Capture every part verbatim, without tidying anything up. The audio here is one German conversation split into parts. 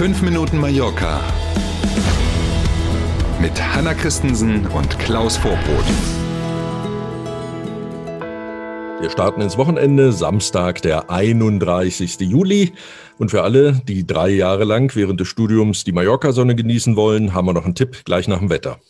fünf Minuten Mallorca mit Hanna Christensen und Klaus Vorbrot. Wir starten ins Wochenende, Samstag, der einunddreißigsten Juli. Und für alle, die drei Jahre lang während des Studiums die Mallorca-Sonne genießen wollen, haben wir noch einen Tipp gleich nach dem Wetter.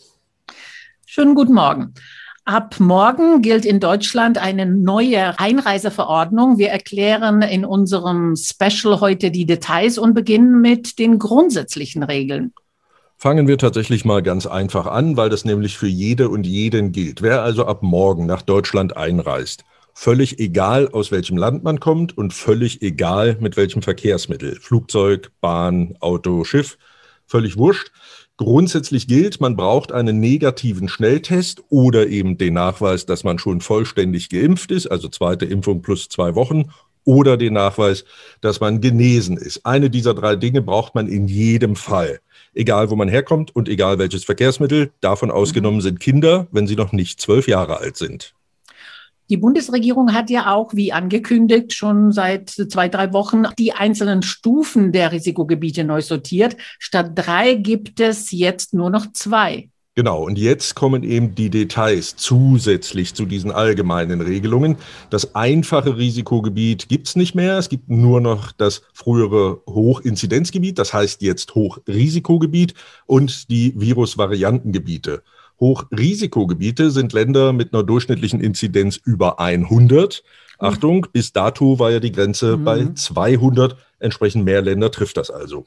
Schönen guten Morgen. Ab morgen gilt in Deutschland eine neue Einreiseverordnung. Wir erklären in unserem Special heute die Details und beginnen mit den grundsätzlichen Regeln. Fangen wir tatsächlich mal ganz einfach an, weil das nämlich für jede und jeden gilt. Wer also ab morgen nach Deutschland einreist, völlig egal, aus welchem Land man kommt und völlig egal, mit welchem Verkehrsmittel, Flugzeug, Bahn, Auto, Schiff, völlig wurscht. Grundsätzlich gilt, man braucht einen negativen Schnelltest oder eben den Nachweis, dass man schon vollständig geimpft ist, also zweite Impfung plus zwei Wochen, oder den Nachweis, dass man genesen ist. Eine dieser drei Dinge braucht man in jedem Fall, egal wo man herkommt und egal welches Verkehrsmittel. Davon ausgenommen sind Kinder, wenn sie noch nicht zwölf Jahre alt sind. Die Bundesregierung hat ja auch, wie angekündigt, schon seit zwei, drei Wochen die einzelnen Stufen der Risikogebiete neu sortiert. Statt drei gibt es jetzt nur noch zwei. Genau, und jetzt kommen eben die Details zusätzlich zu diesen allgemeinen Regelungen. Das einfache Risikogebiet gibt es nicht mehr. Es gibt nur noch das frühere Hochinzidenzgebiet, das heißt jetzt Hochrisikogebiet, und die Virusvariantengebiete. Hochrisikogebiete sind Länder mit einer durchschnittlichen Inzidenz über hundert. Mhm. Achtung, bis dato war ja die Grenze mhm. bei zweihundert. Entsprechend mehr Länder trifft das also.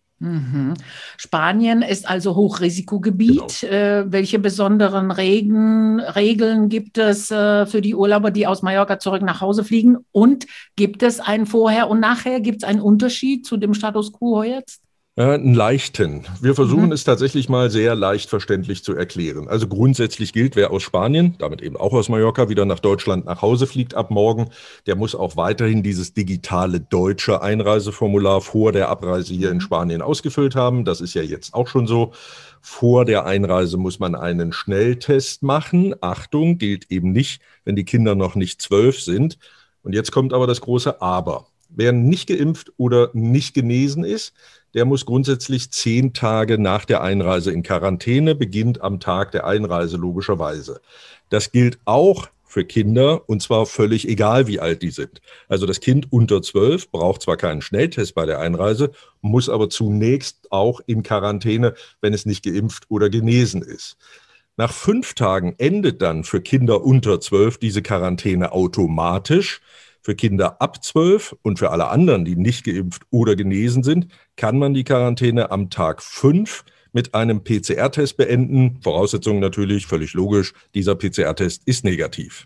Mhm. Spanien ist also Hochrisikogebiet. Genau. Äh, welche besonderen Regen, Regeln gibt es äh, für die Urlauber, die aus Mallorca zurück nach Hause fliegen? Und gibt es ein Vorher und Nachher? Gibt es einen Unterschied zu dem Status quo jetzt? Ja, einen leichten. Wir versuchen mhm. es tatsächlich mal sehr leicht verständlich zu erklären. Also grundsätzlich gilt, wer aus Spanien, damit eben auch aus Mallorca, wieder nach Deutschland nach Hause fliegt ab morgen, der muss auch weiterhin dieses digitale deutsche Einreiseformular vor der Abreise hier in Spanien ausgefüllt haben. Das ist ja jetzt auch schon so. Vor der Einreise muss man einen Schnelltest machen. Achtung, gilt eben nicht, wenn die Kinder noch nicht zwölf sind. Und jetzt kommt aber das große Aber. Wer nicht geimpft oder nicht genesen ist, der muss grundsätzlich zehn Tage nach der Einreise in Quarantäne, beginnt am Tag der Einreise logischerweise. Das gilt auch für Kinder, und zwar völlig egal, wie alt die sind. Also das Kind unter zwölf braucht zwar keinen Schnelltest bei der Einreise, muss aber zunächst auch in Quarantäne, wenn es nicht geimpft oder genesen ist. Nach fünf Tagen endet dann für Kinder unter zwölf diese Quarantäne automatisch. Für Kinder ab zwölf und für alle anderen, die nicht geimpft oder genesen sind, kann man die Quarantäne am Tag fünf mit einem P C R-Test beenden. Voraussetzung natürlich, völlig logisch, dieser P C R-Test ist negativ.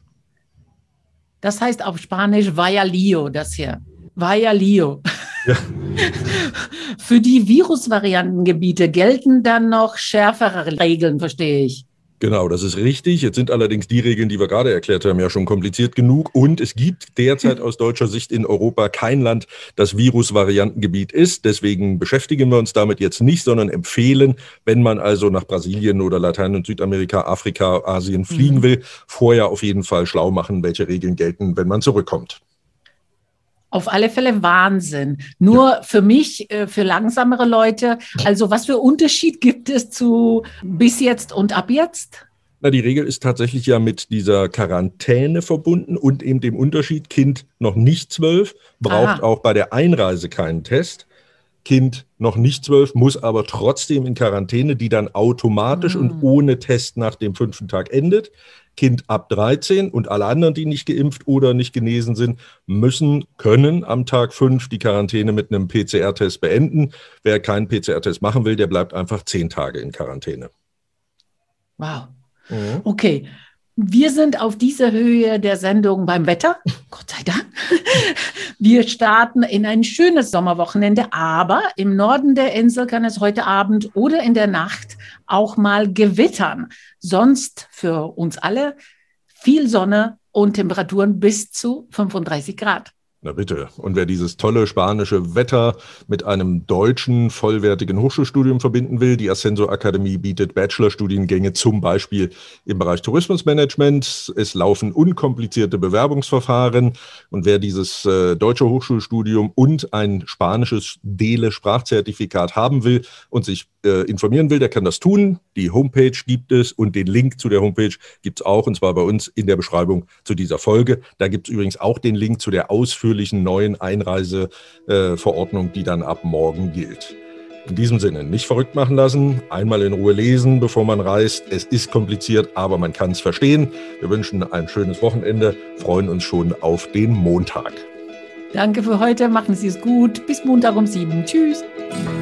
Das heißt auf Spanisch vaya lío, das hier. Vaya lío. Ja. Für die Virusvariantengebiete gelten dann noch schärfere Regeln, verstehe ich. Genau, das ist richtig. Jetzt sind allerdings die Regeln, die wir gerade erklärt haben, ja schon kompliziert genug. Und es gibt derzeit aus deutscher Sicht in Europa kein Land, das Virusvariantengebiet ist. Deswegen beschäftigen wir uns damit jetzt nicht, sondern empfehlen, wenn man also nach Brasilien oder Latein- und Südamerika, Afrika, Asien fliegen will, vorher auf jeden Fall schlau machen, welche Regeln gelten, wenn man zurückkommt. Auf alle Fälle Wahnsinn. Nur ja. für mich, für langsamere Leute, also was für Unterschied gibt es zu bis jetzt und ab jetzt? Na, die Regel ist tatsächlich ja mit dieser Quarantäne verbunden und eben dem Unterschied, Kind noch nicht zwölf, braucht Aha. auch bei der Einreise keinen Test. Kind noch nicht zwölf, muss aber trotzdem in Quarantäne, die dann automatisch hm. und ohne Test nach dem fünften Tag endet. Kind ab dreizehn und alle anderen, die nicht geimpft oder nicht genesen sind, müssen, können am Tag fünf die Quarantäne mit einem P C R-Test beenden. Wer keinen P C R-Test machen will, der bleibt einfach zehn Tage in Quarantäne. Wow. Mhm. Okay. Wir sind auf dieser Höhe der Sendung beim Wetter. Gott sei Dank. Wir starten in ein schönes Sommerwochenende, aber im Norden der Insel kann es heute Abend oder in der Nacht auch mal gewittern. Sonst für uns alle viel Sonne und Temperaturen bis zu fünfunddreißig Grad. Na bitte. Und wer dieses tolle spanische Wetter mit einem deutschen, vollwertigen Hochschulstudium verbinden will, die Ascenso Akademie bietet Bachelorstudiengänge zum Beispiel im Bereich Tourismusmanagement. Es laufen unkomplizierte Bewerbungsverfahren. Und wer dieses äh, deutsche Hochschulstudium und ein spanisches DELE-Sprachzertifikat haben will und sich äh, informieren will, der kann das tun. Die Homepage gibt es und den Link zu der Homepage gibt es auch, und zwar bei uns in der Beschreibung zu dieser Folge. Da gibt es übrigens auch den Link zu der ausführlichen neuen Einreiseverordnung, die dann ab morgen gilt. In diesem Sinne, nicht verrückt machen lassen, einmal in Ruhe lesen, bevor man reist. Es ist kompliziert, aber man kann es verstehen. Wir wünschen ein schönes Wochenende, freuen uns schon auf den Montag. Danke für heute, machen Sie es gut. Bis Montag um sieben. Tschüss.